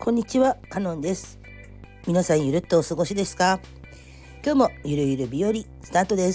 こんにちは、カノンです。皆さんゆるっとお過ごしですか？今日もゆるゆる日和スタートです。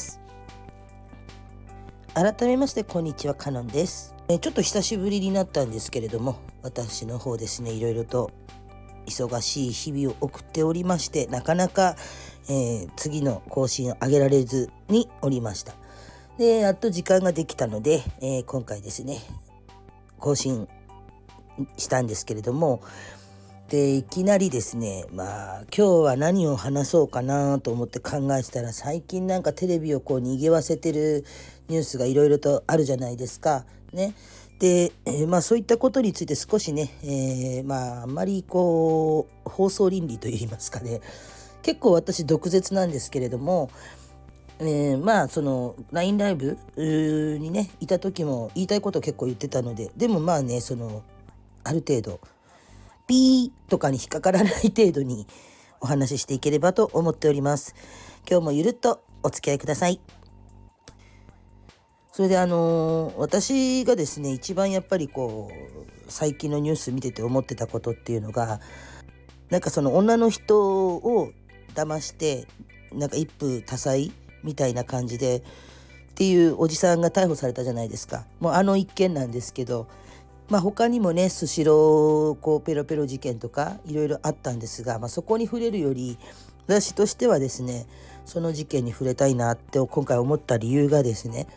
改めましてこんにちは、カノンです。ちょっと久しぶりになったんですけれども、私の方ですね、いろいろと忙しい日々を送っておりまして、なかなか、次の更新を上げられずにおりました。で、やっと時間ができたので、今回ですね更新したんですけれども、でいきなりですね、今日は何を話そうかなと思って考えてたら、最近なんかテレビを賑わせてるニュースがいろいろとあるじゃないですかね。で、そういったことについて少しね、あんまり放送倫理といいますかね、結構私毒舌なんですけれども、その LINE ライブにねいた時も言いたいことを結構言ってたので、でもある程度ピーとかに引っかからない程度にお話ししていければと思っております。今日もゆるっとお付き合いください。それで私がですね一番やっぱり最近のニュース見てて思ってたことっていうのが、なんかその女の人を騙してなんか一夫多妻みたいな感じでっていうおじさんが逮捕されたじゃないですか。もう一件なんですけど、他にもねスシローペロペロ事件とかいろいろあったんですが、そこに触れるより私としてはですね、その事件に触れたいなって今回思った理由がですね、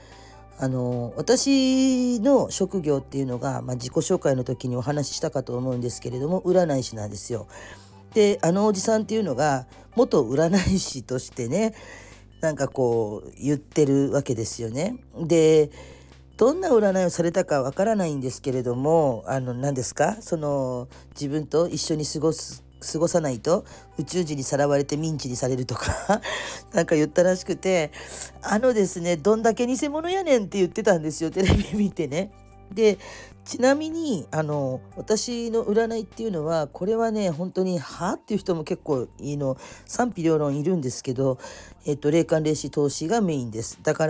私の職業っていうのが、自己紹介の時にお話ししたかと思うんですけれども、占い師なんですよ。でおじさんっていうのが元占い師としてね、なんか言ってるわけですよね。でどんな占いをされたかわからないんですけれども、何ですか、自分と一緒に過ごさないと宇宙人にさらわれてミンチにされるとかなんか言ったらしくて、ですね、どんだけ偽物やねんって言ってたんですよ、テレビ見てね。でちなみに私の占いっていうのは、これはね本当にはっていう人も結構賛否両論いるんですけど、霊感霊視投資がメインです。だから、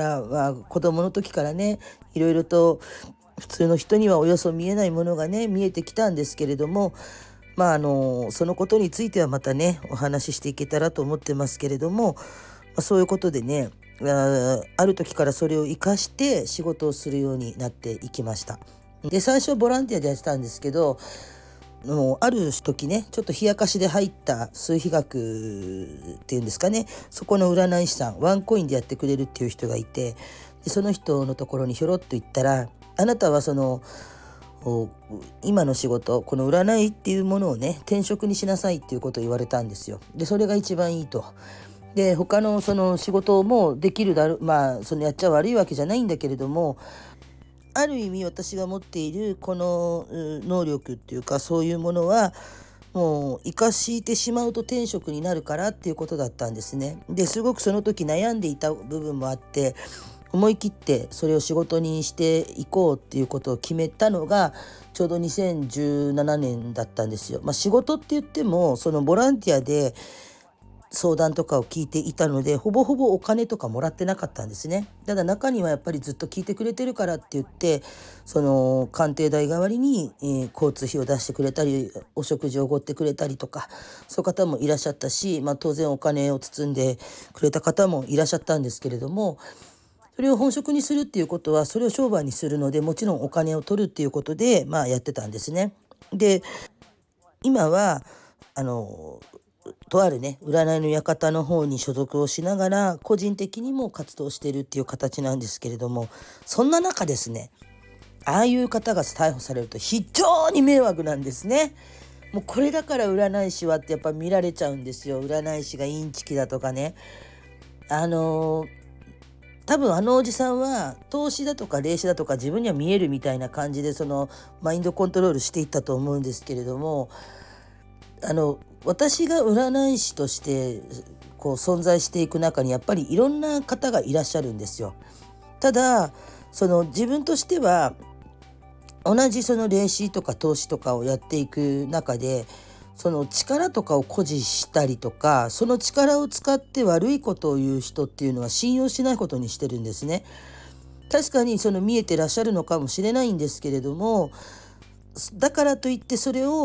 子供の時からねいろいろと普通の人にはおよそ見えないものがね見えてきたんですけれども、そのことについてはまたねお話ししていけたらと思ってますけれども、そういうことでね、ある時からそれを生かして仕事をするようになっていきました。で最初ボランティアでやってたんですけど、ある時ねちょっと冷やかしで入った数比学っていうんですかね、そこの占い師さんワンコインでやってくれるっていう人がいて、でその人のところにひょろっと行ったら、あなたは今の仕事、この占いっていうものをね転職にしなさいっていうことを言われたんですよ。でそれが一番いいと。で他のその仕事もできるだろう、そのやっちゃ悪いわけじゃないんだけれども、ある意味私が持っているこの能力っていうか、そういうものはもう生かしてしまうと転職になるからっていうことだったんですね。ですごくその時悩んでいた部分もあって、思い切ってそれを仕事にしていこうっていうことを決めたのがちょうど2017年だったんですよ。仕事って言ってもそのボランティアで相談とかを聞いていたので、ほぼほぼお金とかもらってなかったんですね。ただ中にはやっぱりずっと聞いてくれてるからって言って、その鑑定代代わりに、交通費を出してくれたりお食事をおごってくれたりとか、そういう方もいらっしゃったし、当然お金を包んでくれた方もいらっしゃったんですけれども、それを本職にするっていうことはそれを商売にするので、もちろんお金を取るっていうことでやってたんですね。で今はとあるね占いの館の方に所属をしながら個人的にも活動しているっていう形なんですけれども、そんな中ですね、ああいう方が逮捕されると非常に迷惑なんですね。もうこれだから占い師はってやっぱ見られちゃうんですよ。占い師がインチキだとかね。多分おじさんは投資だとか霊視だとか自分には見えるみたいな感じでそのマインドコントロールしていったと思うんですけれども、私が占い師として存在していく中にやっぱりいろんな方がいらっしゃるんですよ。ただ自分としては同じその霊視とか投資とかをやっていく中で、その力とかを誇示したりとか、その力を使って悪いことを言う人っていうのは信用しないことにしてるんですね。確かに見えてらっしゃるのかもしれないんですけれども、だからといってそれを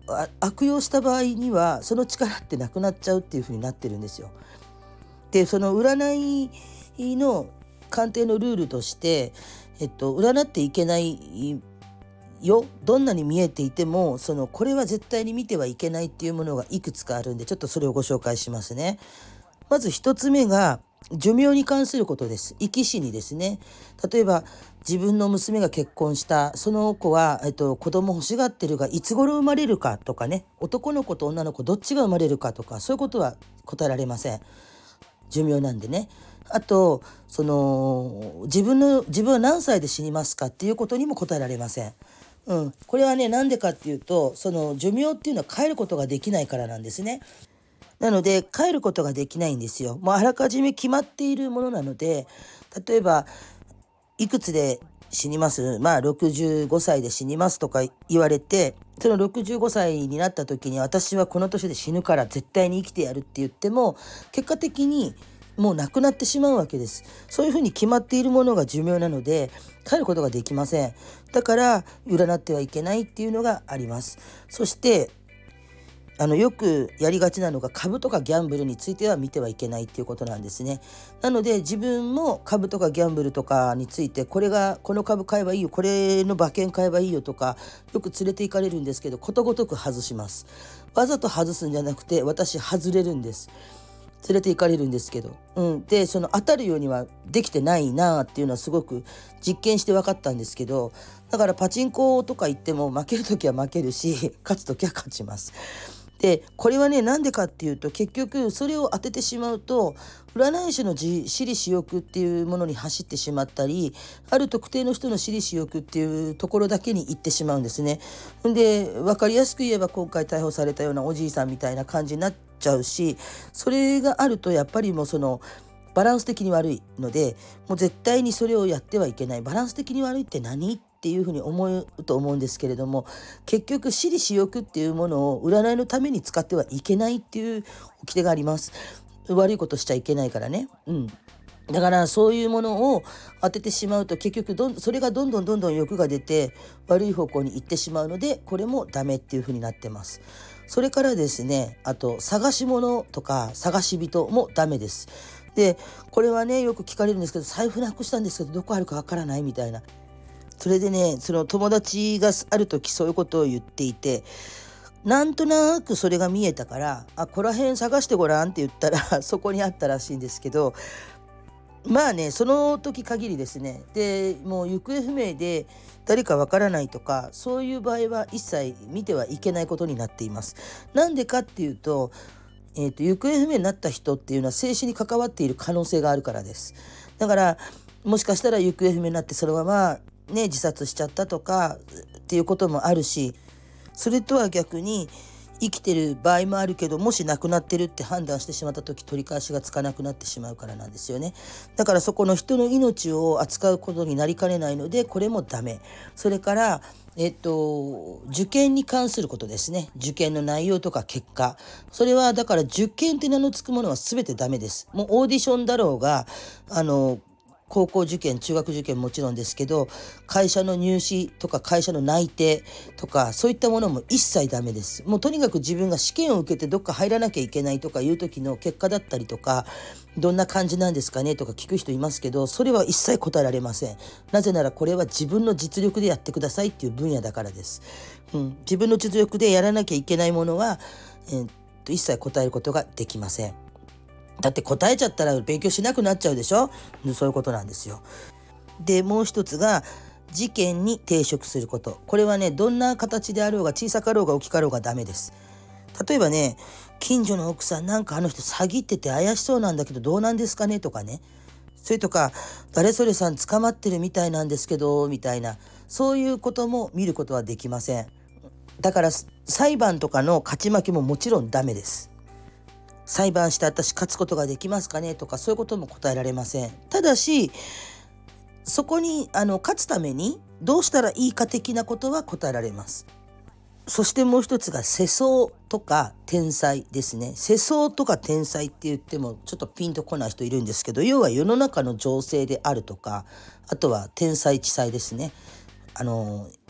悪用した場合にはその力ってなくなっちゃうっていう風になってるんですよ。でその占いの鑑定のルールとして、占っていけないよ、どんなに見えていてもこれは絶対に見てはいけないっていうものがいくつかあるんで、ちょっとそれをご紹介しますね。まず一つ目が寿命に関することです。生き死にですね。例えば自分の娘が結婚した、その子は、子供欲しがってるがいつ頃生まれるかとかね、男の子と女の子どっちが生まれるかとか、そういうことは答えられません。寿命なんでね。あと自分は何歳で死にますかっていうことにも答えられません。これはね、なんでかっていうと、寿命っていうのは変えることができないからなんですね。なので変えることができないんですよ。もうあらかじめ決まっているものなので、例えばいくつで死にます、65歳で死にますとか言われて、その65歳になった時に私はこの年で死ぬから絶対に生きてやるって言っても、結果的にもう亡くなってしまうわけです。そういうふうに決まっているものが寿命なので変えることができません。だから占ってはいけないっていうのがあります。そしてよくやりがちなのが株とかギャンブルについては見てはいけないっていうことなんですね。なので自分も株とかギャンブルとかについて、この株買えばいいよ、これの馬券買えばいいよとかよく連れて行かれるんですけど、ことごとく外します。わざと外すんじゃなくて、私外れるんです。連れて行かれるんですけど、で当たるようにはできてないなっていうのはすごく実験して分かったんですけど、だからパチンコとか行っても負ける時は負けるし、勝つ時は勝ちます。でこれはね、なんでかっていうと、結局それを当ててしまうと占い師の私利私欲っていうものに走ってしまったり、ある特定の人の私利私欲っていうところだけに行ってしまうんですね。で分かりやすく言えば、今回逮捕されたようなおじいさんみたいな感じになっちゃうし、それがあるとやっぱりもうバランス的に悪いので、もう絶対にそれをやってはいけない。バランス的に悪いって何っていうふうに思うと思うんですけれども、結局私利私欲っていうものを占いのために使ってはいけないっていう掟があります。悪いことしちゃいけないからね。だからそういうものを当ててしまうと、結局それがどんどん欲が出て悪い方向に行ってしまうので、これもダメっていうふうになってます。それからですね、あと探し物とか探し人もダメです。でこれはね、よく聞かれるんですけど、財布なくしたんですけどどこあるかわからないみたいな。それでね、その友達がある時そういうことを言っていて、なんとなくそれが見えたから、こら辺探してごらんって言ったらそこにあったらしいんですけど、その時限りですね。でもう行方不明で誰かわからないとか、そういう場合は一切見てはいけないことになっています。なんでかっていうと、行方不明になった人っていうのは生死に関わっている可能性があるからです。だからもしかしたら行方不明になってそのまま自殺しちゃったとかっていうこともあるし、それとは逆に生きてる場合もあるけど、もし亡くなってるって判断してしまった時、取り返しがつかなくなってしまうからなんですよね。だからそこの人の命を扱うことになりかねないので、これもダメ。それから受験に関することですね。受験の内容とか結果、それはだから受験って名の付くものは全てダメです。もうオーディションだろうが、高校受験、中学受験もちろんですけど、会社の入試とか会社の内定とか、そういったものも一切ダメです。もうとにかく自分が試験を受けてどっか入らなきゃいけないとかいう時の結果だったりとか、どんな感じなんですかねとか聞く人いますけど、それは一切答えられません。なぜならこれは自分の実力でやってくださいっていう分野だからです。自分の実力でやらなきゃいけないものは、一切答えることができません。だって答えちゃったら勉強しなくなっちゃうでしょ。そういうことなんですよ。でもう一つが事件に抵触すること。これはね、どんな形であろうが小さかろうが大きかろうがダメです。例えばね、近所の奥さんなんかあの人詐欺ってて怪しそうなんだけどどうなんですかねとかね、それとか誰それさん捕まってるみたいなんですけどみたいな、そういうことも見ることはできません。だから裁判とかの勝ち負けももちろんダメです。裁判して私勝つことができますかねとか、そういうことも答えられません。ただしそこに勝つためにどうしたらいいか的なことは答えられます。そしてもう一つが世相とか天才ですね。世相とか天才って言ってもちょっとピンとこない人いるんですけど、要は世の中の情勢であるとか、あとは天才地才ですね。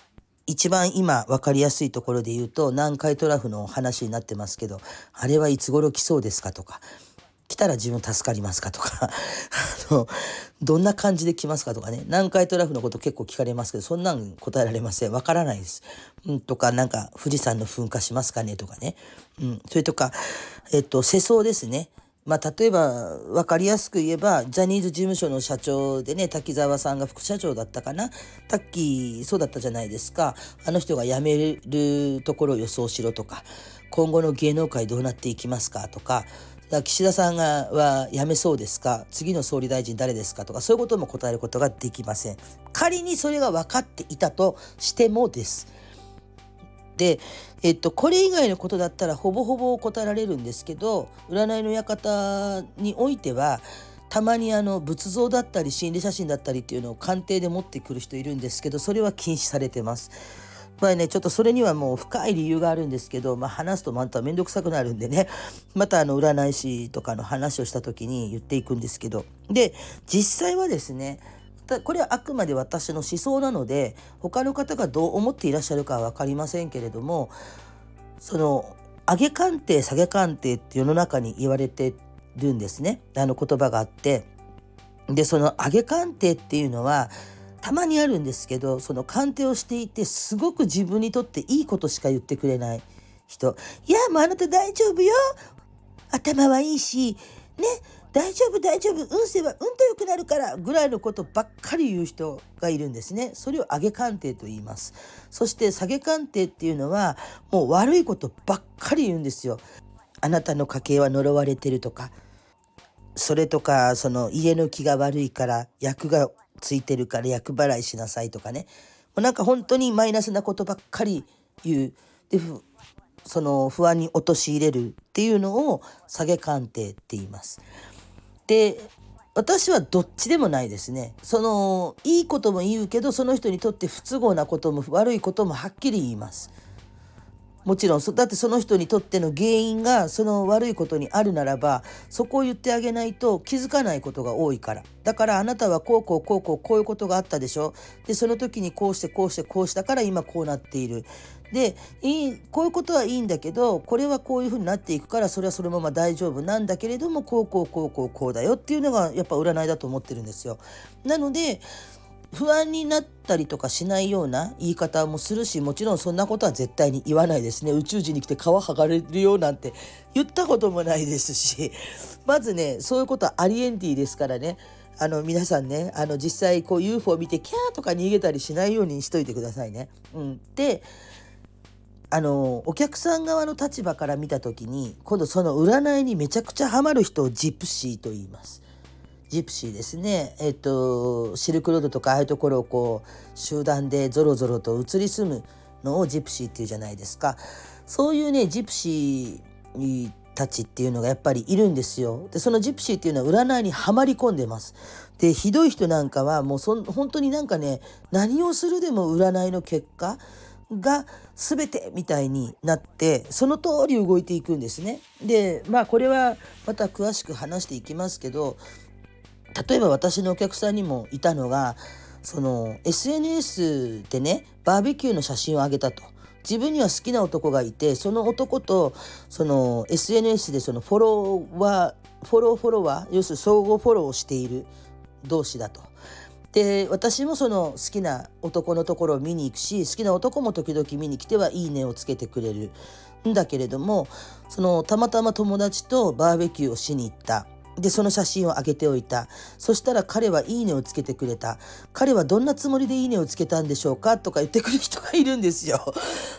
一番今分かりやすいところで言うと、南海トラフの話になってますけど、あれはいつ頃来そうですかとか、来たら自分助かりますかとかどんな感じで来ますかとかね、南海トラフのこと結構聞かれますけど、そんなん答えられません。わからないです。とか、なんか富士山の噴火しますかねとかね。それとか、世相ですね。例えば分かりやすく言えば、ジャニーズ事務所の社長でね、滝沢さんが副社長だったかな。タッキーそうだったじゃないですか。あの人が辞めるところを予想しろとか、今後の芸能界どうなっていきますかとか、岸田さんは辞めそうですか、次の総理大臣誰ですかとか、そういうことも答えることができません。仮にそれが分かっていたとしてもです。で、これ以外のことだったらほぼほぼ答えられるんですけど、占いの館においてはたまに仏像だったり心理写真だったりっていうのを鑑定で持ってくる人いるんですけど、それは禁止されてます。ちょっとそれにはもう深い理由があるんですけど、話すとまた面倒くさくなるんでね、また占い師とかの話をした時に言っていくんですけど、で実際はですね、これはあくまで私の思想なので、他の方がどう思っていらっしゃるかは分かりませんけれども、その上げ鑑定下げ鑑定って世の中に言われてるんですね。言葉があって、でその上げ鑑定っていうのはたまにあるんですけど、その鑑定をしていてすごく自分にとっていいことしか言ってくれない人、いやもうあなた大丈夫よ、頭はいいしね、大丈夫大丈夫、運勢はうんと良くなるからぐらいのことばっかり言う人がいるんですね。それを上げ鑑定と言います。そして下げ鑑定っていうのはもう悪いことばっかり言うんですよ。あなたの家系は呪われてるとか、それとか、その家の気が悪いから厄がついてるから厄払いしなさいとかね、もうなんか本当にマイナスなことばっかり言う。でその不安に陥れるっていうのを下げ鑑定って言います。で私はどっちでもないですね。そのいいことも言うけど、その人にとって不都合なことも悪いこともはっきり言います。もちろんだってその人にとっての原因がその悪いことにあるならば、そこを言ってあげないと気づかないことが多いから。だからあなたはこういうことがあったでしょ。でその時にこうしてこうしたから今こうなっている。でこういうことはいいんだけど、これはこういうふうになっていくから、それはそのまま大丈夫なんだけれども、こうだよっていうのがやっぱ占いだと思ってるんですよ。なので不安になったりとかしないような言い方もするし、もちろんそんなことは絶対に言わないですね。宇宙人に来て皮剥がれるよなんて言ったこともないですし、まずねそういうことはありえんでいいですからね。皆さんね、実際こう UFO を見てキャーとか逃げたりしないようにしといてくださいね。でお客さん側の立場から見た時に、今度その占いにめちゃくちゃハマる人をジプシーと言います。ジプシーですね。シルクロードとかああいうところをこう集団でゾロゾロと移り住むのをジプシーっていうじゃないですか。そういうねジプシーたちっていうのがやっぱりいるんですよ。でそのジプシーっていうのは占いにはまり込んでます。でひどい人なんかはもう本当になんかね、何をするでも占いの結果が全てみたいになって、その通り動いていくんですね。でこれはまた詳しく話していきますけど、例えば私のお客さんにもいたのが、その SNS でねバーベキューの写真を上げたと。自分には好きな男がいて、その男とその SNS でそのフォロワー、要するに相互フォローをしている同士だと。で私もその好きな男のところを見に行くし、好きな男も時々見に来てはいいねをつけてくれるんだけれども、そのたまたま友達とバーベキューをしに行った。でその写真を上げておいた。そしたら彼はいいねをつけてくれた。彼はどんなつもりでいいねをつけたんでしょうかとか言ってくる人がいるんですよ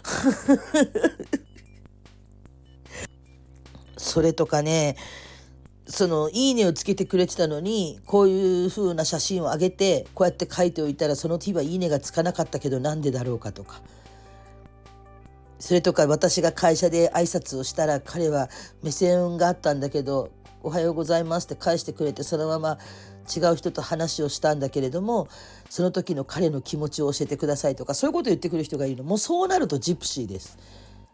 それとかね、そのいいねをつけてくれてたのに、こういう風な写真を上げてこうやって書いておいたら、その日はいいねがつかなかったけどなんでだろうかとか。それとか私が会社で挨拶をしたら、彼は目線があったんだけどおはようございますって返してくれて、そのまま違う人と話をしたんだけれども、その時の彼の気持ちを教えてくださいとか、そういうことを言ってくる人がいるの。もうそうなるとジプシーです。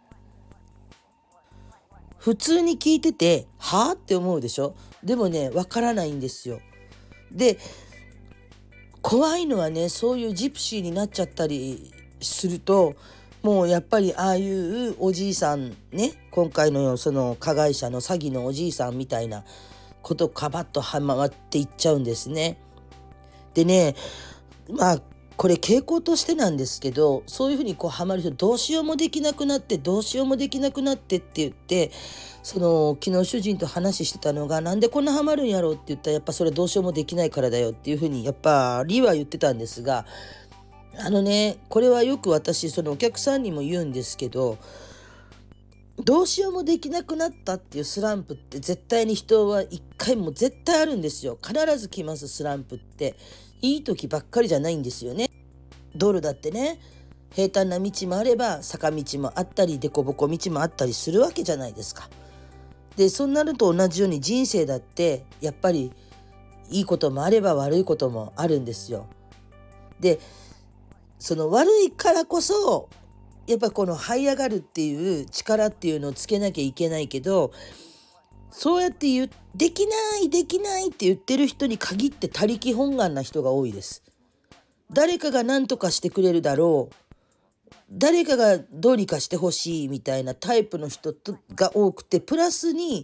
普通に聞いててはぁって思うでしょ。でもねわからないんですよ。で怖いのはね、そういうジプシーになっちゃったりすると、もうやっぱりああいうおじいさんね、今回のその加害者の詐欺のおじいさんみたいなことかばっとはまっていっちゃうんですね。でね、まあこれ傾向としてなんですけど、そういうふうにこうハマる人、どうしようもできなくなって、どうしようもできなくなってって言って、その昨日主人と話してたのが、なんでこんなハマるんやろうって言ったら、やっぱそれどうしようもできないからだよっていうふうにやっぱりは言ってたんですが、これはよく私そのお客さんにも言うんですけど、どうしようもできなくなったっていうスランプって絶対に人は一回も絶対あるんですよ。必ず来ます。スランプっていい時ばっかりじゃないんですよね。道路だってね、平坦な道もあれば坂道もあったり、凸凹道もあったりするわけじゃないですか。でそうなると同じように人生だってやっぱりいいこともあれば悪いこともあるんですよ。でその悪いからこそやっぱこの這い上がるっていう力っていうのをつけなきゃいけないけど、そうやってできないできないって言ってる人に限って他力本願な人が多いです。誰かが何とかしてくれるだろう、誰かがどうにかしてほしいみたいなタイプの人が多くて、プラスに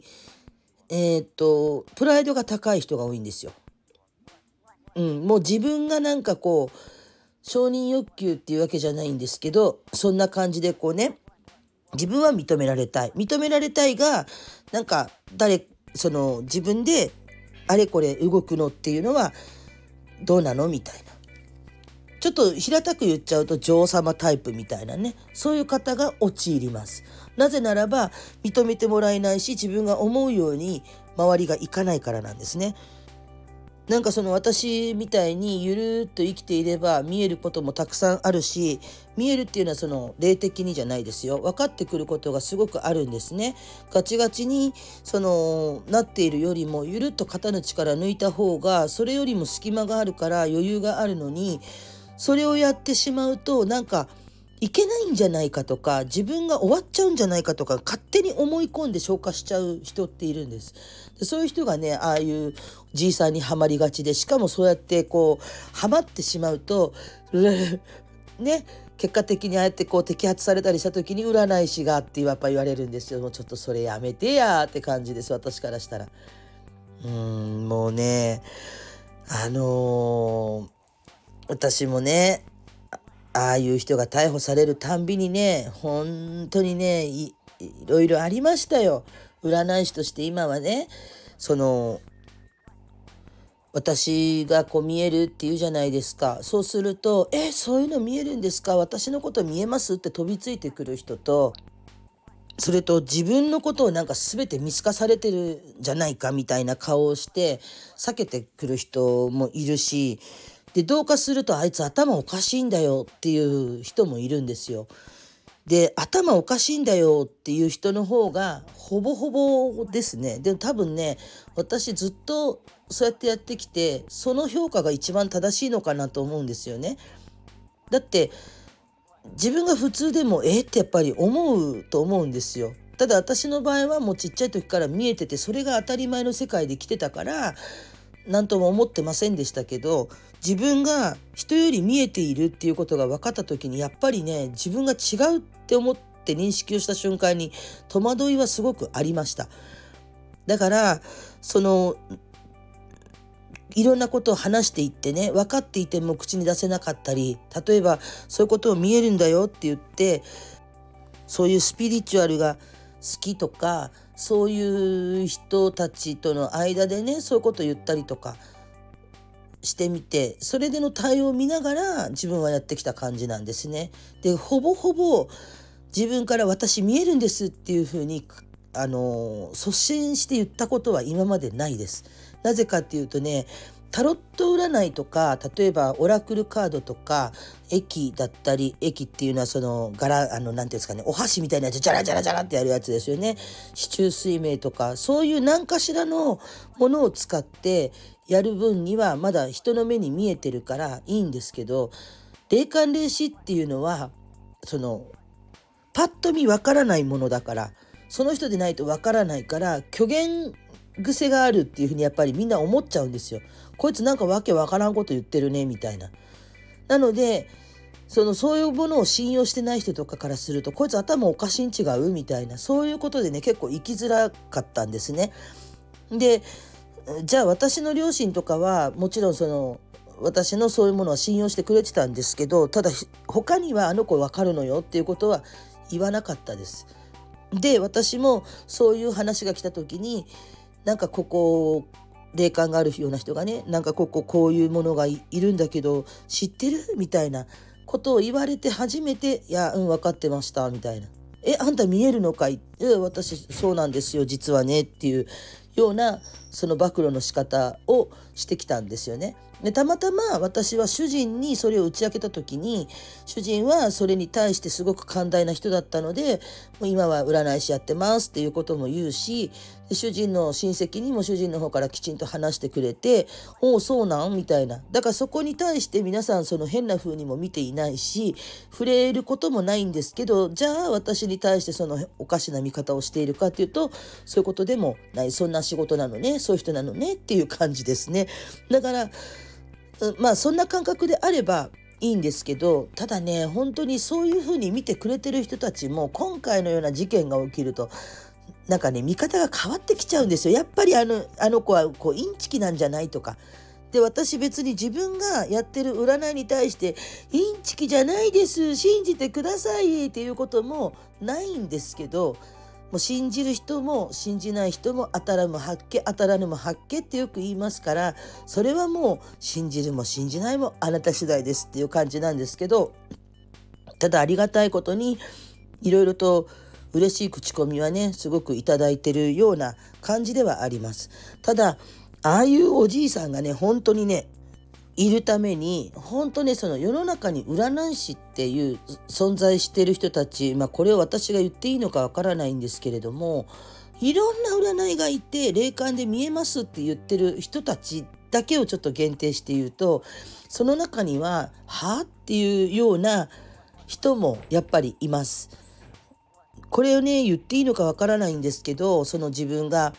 プライドが高い人が多いんですよ。もう自分がなんかこう承認欲求っていうわけじゃないんですけど、そんな感じでこうね、自分は認められたいが、なんかその自分であれこれ動くのっていうのはどうなのみたいな、ちょっと平たく言っちゃうと女王様タイプみたいなね、そういう方が陥ります。なぜならば認めてもらえないし、自分が思うように周りがいかないからなんですね。なんかその私みたいにゆるーっと生きていれば見えることもたくさんあるし、見えるっていうのはその霊的にじゃないですよ、分かってくることがすごくあるんですね。ガチガチになっているよりも、ゆるっと肩の力抜いた方がそれよりも隙間があるから余裕があるのに、それをやってしまうとなんかいけないんじゃないかとか、自分が終わっちゃうんじゃないかとか勝手に思い込んで消化しちゃう人っているんです。でそういう人がね、ああいうじいさんにはまりがちで、しかもそうやってこうはまってしまうとね、結果的にああやってこう摘発されたりした時に占い師がってやっぱ言われるんですよ。もうちょっとそれやめてやって感じです、私からしたら。もうね、私もね、ああいう人が逮捕されるたんびにね、本当にね、いろいろありましたよ。占い師として今はね、その私がこう見えるっていうじゃないですか。そうすると、そういうの見えるんですか、私のこと見えますって飛びついてくる人と、それと自分のことをなんか全て見透かされてるんじゃないかみたいな顔をして避けてくる人もいるし、でどうかするとあいつ頭おかしいんだよっていう人もいるんですよ。で頭おかしいんだよっていう人の方がほぼほぼですね。でも多分ね、私ずっとそうやってやってきて、その評価が一番正しいのかなと思うんですよね。だって自分が普通でもってやっぱり思うと思うんですよ。ただ私の場合はもうちっちゃい時から見えてて、それが当たり前の世界で来てたから何とも思ってませんでしたけど、自分が人より見えているっていうことが分かった時に、やっぱりね、自分が違うって思って認識をした瞬間に戸惑いはすごくありました。だからいろんなことを話していってね、分かっていても口に出せなかったり、例えばそういうことを見えるんだよって言って、そういうスピリチュアルが好きとか、そういう人たちとの間でね、そういうことを言ったりとかしてみて、それでの対応を見ながら自分はやってきた感じなんですね。でほぼほぼ自分から私見えるんですっていうふうに率先して言ったことは今までないです。なぜかっていうとね、タロット占いとか、例えばオラクルカードとか、駅だったり、駅っていうのはそのなんていうんですかね、お箸みたいなやつジャラジャラジャラってやるやつですよね。四柱推命とか、そういう何かしらのものを使ってやる分にはまだ人の目に見えてるからいいんですけど、霊感霊視っていうのはパッと見わからないものだから、その人でないとわからないから、虚言癖があるっていうふうにやっぱりみんな思っちゃうんですよ。こいつなんかわけわからんこと言ってるねみたいな。なのでそういうものを信用してない人とかからすると、こいつ頭おかしいん違うみたいな、そういうことでね結構生きづらかったんですね。でじゃあ私の両親とかはもちろん私のそういうものは信用してくれてたんですけど、ただ他にはあの子分かるのよっていうことは言わなかったです。で私もそういう話が来た時に、なんかここ霊感があるような人がね、なんかこういうものが いるんだけど知ってるみたいなことを言われて初めて、いや分かってましたみたいな、あんた見えるのかい、私そうなんですよ実はねっていうようなその暴露の仕方をしてきたんですよね。でたまたま私は主人にそれを打ち明けた時に、主人はそれに対してすごく寛大な人だったので、もう今は占い師やってますっていうことも言うし、で主人の親戚にも主人の方からきちんと話してくれて、おうそうなんみたいな。だからそこに対して皆さん変な風にも見ていないし、触れることもないんですけど、じゃあ私に対しておかしな見方をしているかっていうと、そういうことでもない。そんな仕事なのね、そういう人なのねっていう感じですね。だからそんな感覚であればいいんですけど、ただね本当にそういう風に見てくれてる人たちも今回のような事件が起きるとなんかね見方が変わってきちゃうんですよ。やっぱりあの子はインチキなんじゃないとか。で私別に自分がやってる占いに対してインチキじゃないです信じてくださいっていうこともないんですけど、もう信じる人も信じない人も当たらぬ発見当たらぬも発見ってよく言いますから、それはもう信じるも信じないもあなた次第ですっていう感じなんですけど、ただありがたいことにいろいろと嬉しい口コミはねすごくいただいてるような感じではあります。ただああいうおじいさんがね本当にねいるために、本当ね世の中に占い師っていう存在している人たち、これを私が言っていいのかわからないんですけれども、いろんな占いがいて霊感で見えますって言ってる人たちだけをちょっと限定して言うと、その中にはっていうような人もやっぱりいます。これをね言っていいのかわからないんですけど、自分が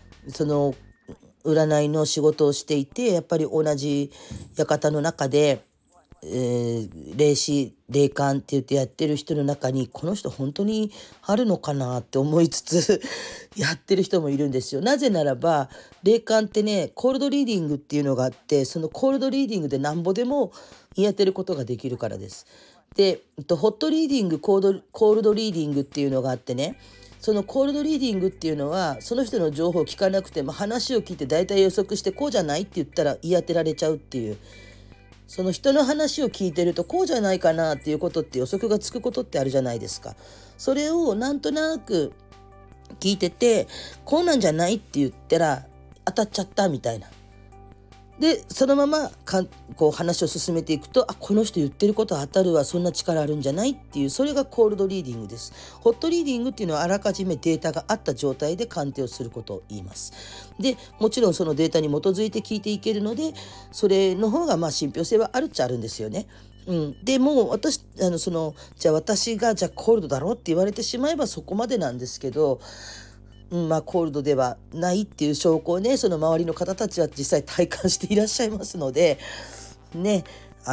占いの仕事をしていて、やっぱり同じ館の中で、霊視霊感って言ってやってる人の中に、この人本当にあるのかなって思いつつやってる人もいるんですよ。なぜならば霊感ってねコールドリーディングっていうのがあって、そのコールドリーディングでなんぼでも言い当てることができるからです。で、ホットリーディングコールドリーディングっていうのがあってね、そのコールドリーディングっていうのはその人の情報を聞かなくても話を聞いて大体予測して、こうじゃないって言ったら言い当てられちゃうっていう、その人の話を聞いてるとこうじゃないかなっていうことって予測がつくことってあるじゃないですか。それをなんとなく聞いてて、こうなんじゃないって言ったら当たっちゃったみたいな。でそのままこう話を進めていくと、この人言ってること当たるわ、そんな力あるんじゃないっていう、それがコールドリーディングです。ホットリーディングっていうのはあらかじめデータがあった状態で鑑定をすることを言います。でもちろんそのデータに基づいて聞いていけるので、それの方が信憑性はあるっちゃあるんですよね。でもうじゃあ私がコールドだろうって言われてしまえばそこまでなんですけど、コールドではないっていう証拠をね、その周りの方たちは実際体感していらっしゃいますのでね、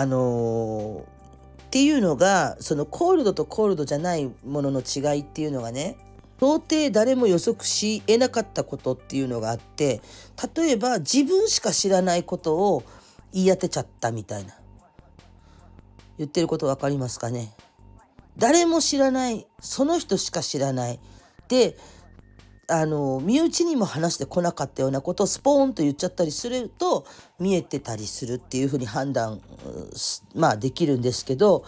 っていうのが、そのコールドとコールドじゃないものの違いっていうのがね、到底誰も予測し得なかったことっていうのがあって、例えば自分しか知らないことを言い当てちゃったみたいな。言ってること分かりますかね。誰も知らない、その人しか知らないで、身内にも話してこなかったようなことをスポーンと言っちゃったりすると見えてたりするっていうふうに判断できるんですけど、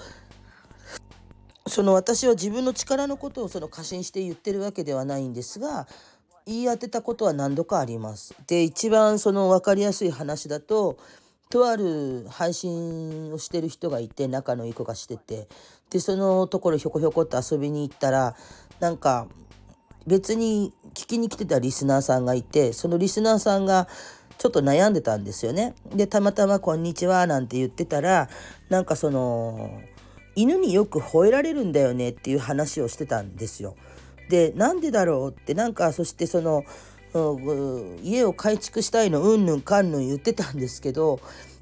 私は自分の力のことを過信して言ってるわけではないんですが、言い当てたことは何度かあります。で一番分かりやすい話だと、とある配信をしてる人がいて、仲のいい子がしてて、でそのところひょこひょこっと遊びに行ったら、なんか別に聞きに来てたリスナーさんがいて、そのリスナーさんがちょっと悩んでたんですよね。でたまたまこんにちはなんて言ってたら、なんか犬によく吠えられるんだよねっていう話をしてたんですよ。でなんでだろうって、そして家を改築したいのうんぬんかんぬん言ってたんですけど、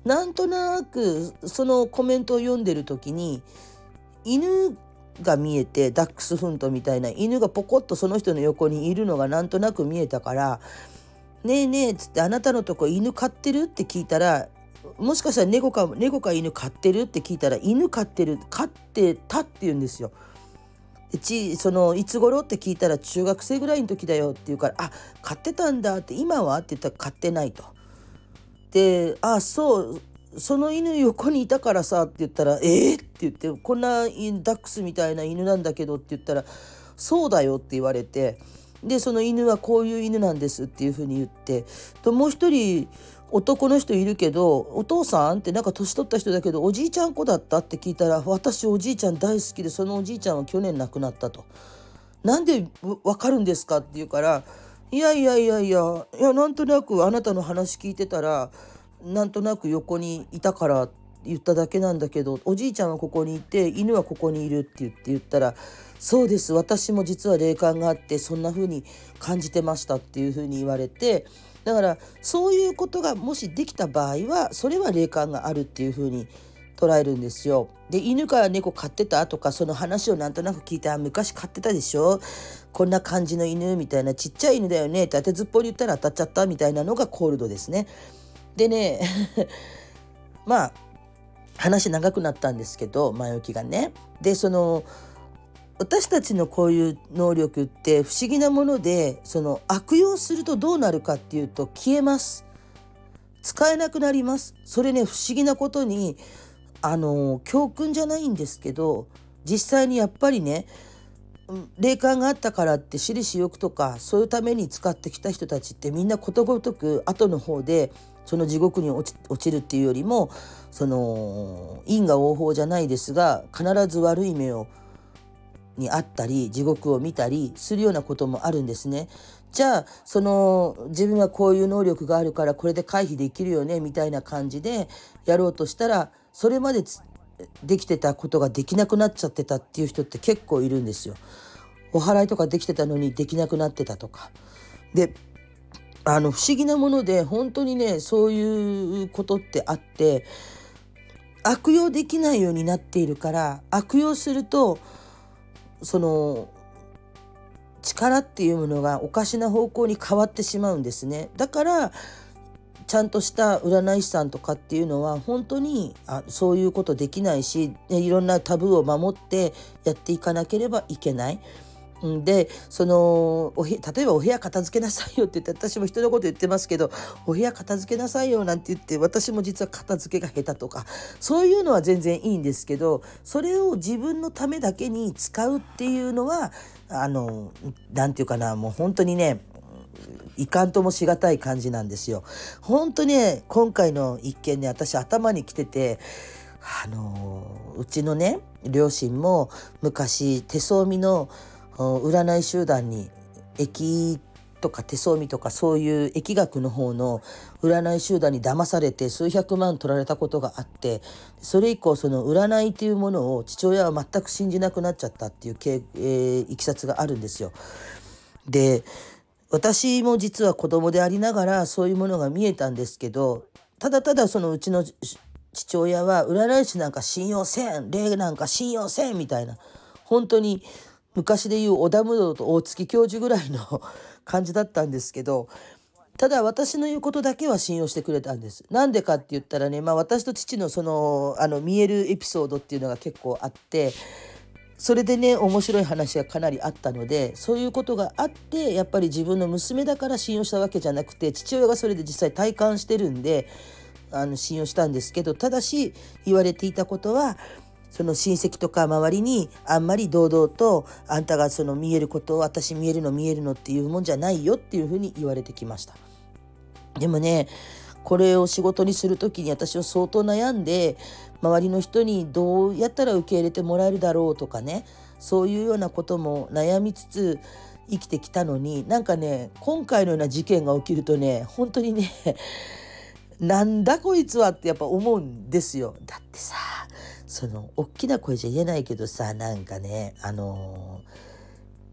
なんとなくそのコメントを読んでる時に犬が見えて、ダックスフントみたいな犬がポコッとその人の横にいるのがなんとなく見えたから、ねえねえっつって、あなたのとこ犬飼ってるって聞いたら、もしかしたら猫か犬飼ってるって聞いたら、犬飼ってたって言うんですよ。でそのいつ頃って聞いたら、中学生ぐらいの時だよって言うから、あ、飼ってたんだって。今はって言ったら飼ってないと。で、あ、そうその犬横にいたからさって言ったら、って言って、こんなダックスみたいな犬なんだけどって言ったら、そうだよって言われて、でその犬はこういう犬なんですっていうふうに言って、ともう一人男の人いるけど、お父さんってなんか年取った人だけどおじいちゃん子だったって聞いたら、私おじいちゃん大好きで、そのおじいちゃんは去年亡くなったと。なんでわかるんですかって言うから、いやなんとなくあなたの話聞いてたら、なんとなく横にいたから言っただけなんだけど、おじいちゃんはここにいて犬はここにいるって言ったら、そうです、私も実は霊感があってそんな風に感じてましたっていう風に言われて、だからそういうことがもしできた場合は、それは霊感があるっていう風に捉えるんですよ。で、犬か猫飼ってたとか、その話をなんとなく聞いて、昔飼ってたでしょ、こんな感じの犬みたいな、ちっちゃい犬だよねって当てずっぽり言ったら当たっちゃったみたいなのがコールドですね。でねまあ話長くなったんですけど、前置きがね。でその私たちのこういう能力って不思議なもので、その悪用するとどうなるかっていうと、消えます。使えなくなります。それね、不思議なことに教訓じゃないんですけど、実際にやっぱりね、霊感があったからって私利私欲とかそういうために使ってきた人たちって、みんなことごとく後の方でその地獄に落ちるっていうよりも、その因果応報じゃないですが、必ず悪い目にあったり地獄を見たりするようなこともあるんですね。じゃあその自分はこういう能力があるからこれで回避できるよねみたいな感じでやろうとしたら、それまでできてたことができなくなっちゃってたっていう人って結構いるんですよ。お祓いとかできてたのにできなくなってたとかで、不思議なもので本当にね、そういうことってあって、悪用できないようになっているから、悪用するとその力っていうものがおかしな方向に変わってしまうんですね。だからちゃんとした占い師さんとかっていうのは本当にそういうことできないし、いろんなタブーを守ってやっていかなければいけない。でその例えばお部屋片付けなさいよって言って、私も人のこと言ってますけど、お部屋片付けなさいよなんて言って、私も実は片付けが下手とか、そういうのは全然いいんですけど、それを自分のためだけに使うっていうのはなんていうかな、もう本当にね、いかんともしがたい感じなんですよ。本当にね、今回の一件ね、私頭に来てて、うちのね両親も昔手相見の占い集団に、駅とか手相見とかそういう疫学の方の占い集団に騙されて数百万取られたことがあって、それ以降その占いというものを父親は全く信じなくなっちゃったっていういきさつがあるんですよ。で私も実は子供でありながらそういうものが見えたんですけど、ただただそのうちの父親は占い師なんか信用せん、霊なんか信用せんみたいな、本当に昔でいう織田無道と大月教授ぐらいの感じだったんですけど、ただ私の言うことだけは信用してくれたんです。なんでかって言ったらね、私と父の見えるエピソードっていうのが結構あって、それでね面白い話がかなりあったので、そういうことがあってやっぱり自分の娘だから信用したわけじゃなくて、父親がそれで実際体感してるんで信用したんですけど、ただし言われていたことは、その親戚とか周りにあんまり堂々とあんたがその見えることを私見えるのっていうもんじゃないよっていうふうに言われてきました。でもね、これを仕事にする時に私は相当悩んで、周りの人にどうやったら受け入れてもらえるだろうとかね、そういうようなことも悩みつつ生きてきたのに、なんかね今回のような事件が起きるとね、本当にねなんだこいつはってやっぱ思うんですよ。だってさ、その大きな声じゃ言えないけどさ、なんかね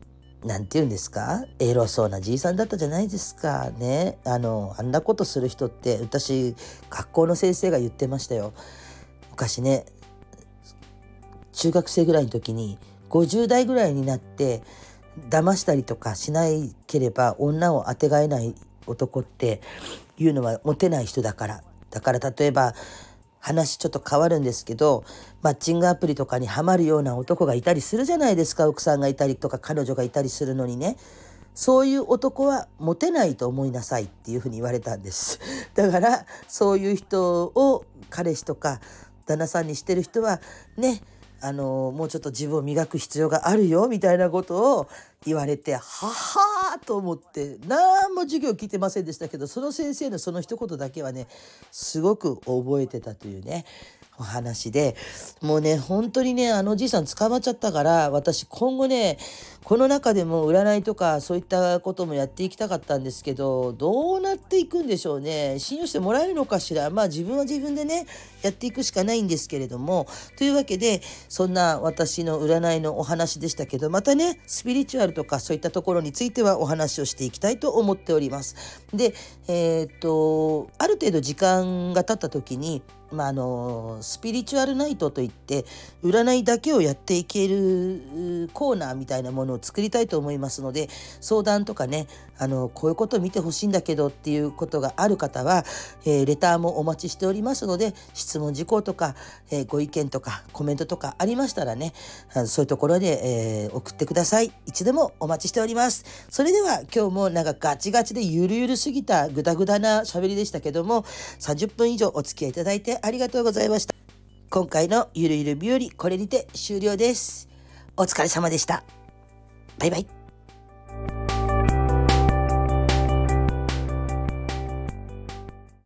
なんて言うんですか、偉そうなじいさんだったじゃないですかね。あんなことする人って、私学校の先生が言ってましたよ。昔ね、中学生ぐらいの時に50代ぐらいになって騙したりとかしないければ女をあてがえない男っていうのはモテない人だから。だから例えば話ちょっと変わるんですけど、マッチングアプリとかにはまるような男がいたりするじゃないですか。奥さんがいたりとか彼女がいたりするのにね、そういう男はモテないと思いなさいっていうふうに言われたんです。だからそういう人を彼氏とか旦那さんにしてる人はね、もうちょっと自分を磨く必要があるよみたいなことを言われて、ははーと思って何も授業聞いてませんでしたけど、その先生のその一言だけはねすごく覚えてたというねお話で、もうね本当にねあのおじいさん捕まっちゃったから、私今後ねこの中でも占いとかそういったこともやっていきたかったんですけど、どうなっていくんでしょうね。信用してもらえるのかしら。まあ自分は自分でねやっていくしかないんですけれども、というわけでそんな私の占いのお話でしたけど、またねスピリチュアルとかそういったところについてはお話をしていきたいと思っております。である程度時間が経った時にスピリチュアルナイトといって占いだけをやっていけるコーナーみたいなものを作りたいと思いますので、相談とかねこういうことを見てほしいんだけどっていうことがある方は、レターもお待ちしておりますので、質問事項とか、ご意見とかコメントとかありましたらね、そういうところで、送ってください。いつでもお待ちしております。それでは今日もなんかガチガチでゆるゆるすぎたグダグダな喋りでしたけども、30分以上お付き合いいただいてありがとうございました。今回のゆるゆる日和これにて終了です。お疲れ様でした。バイバイ。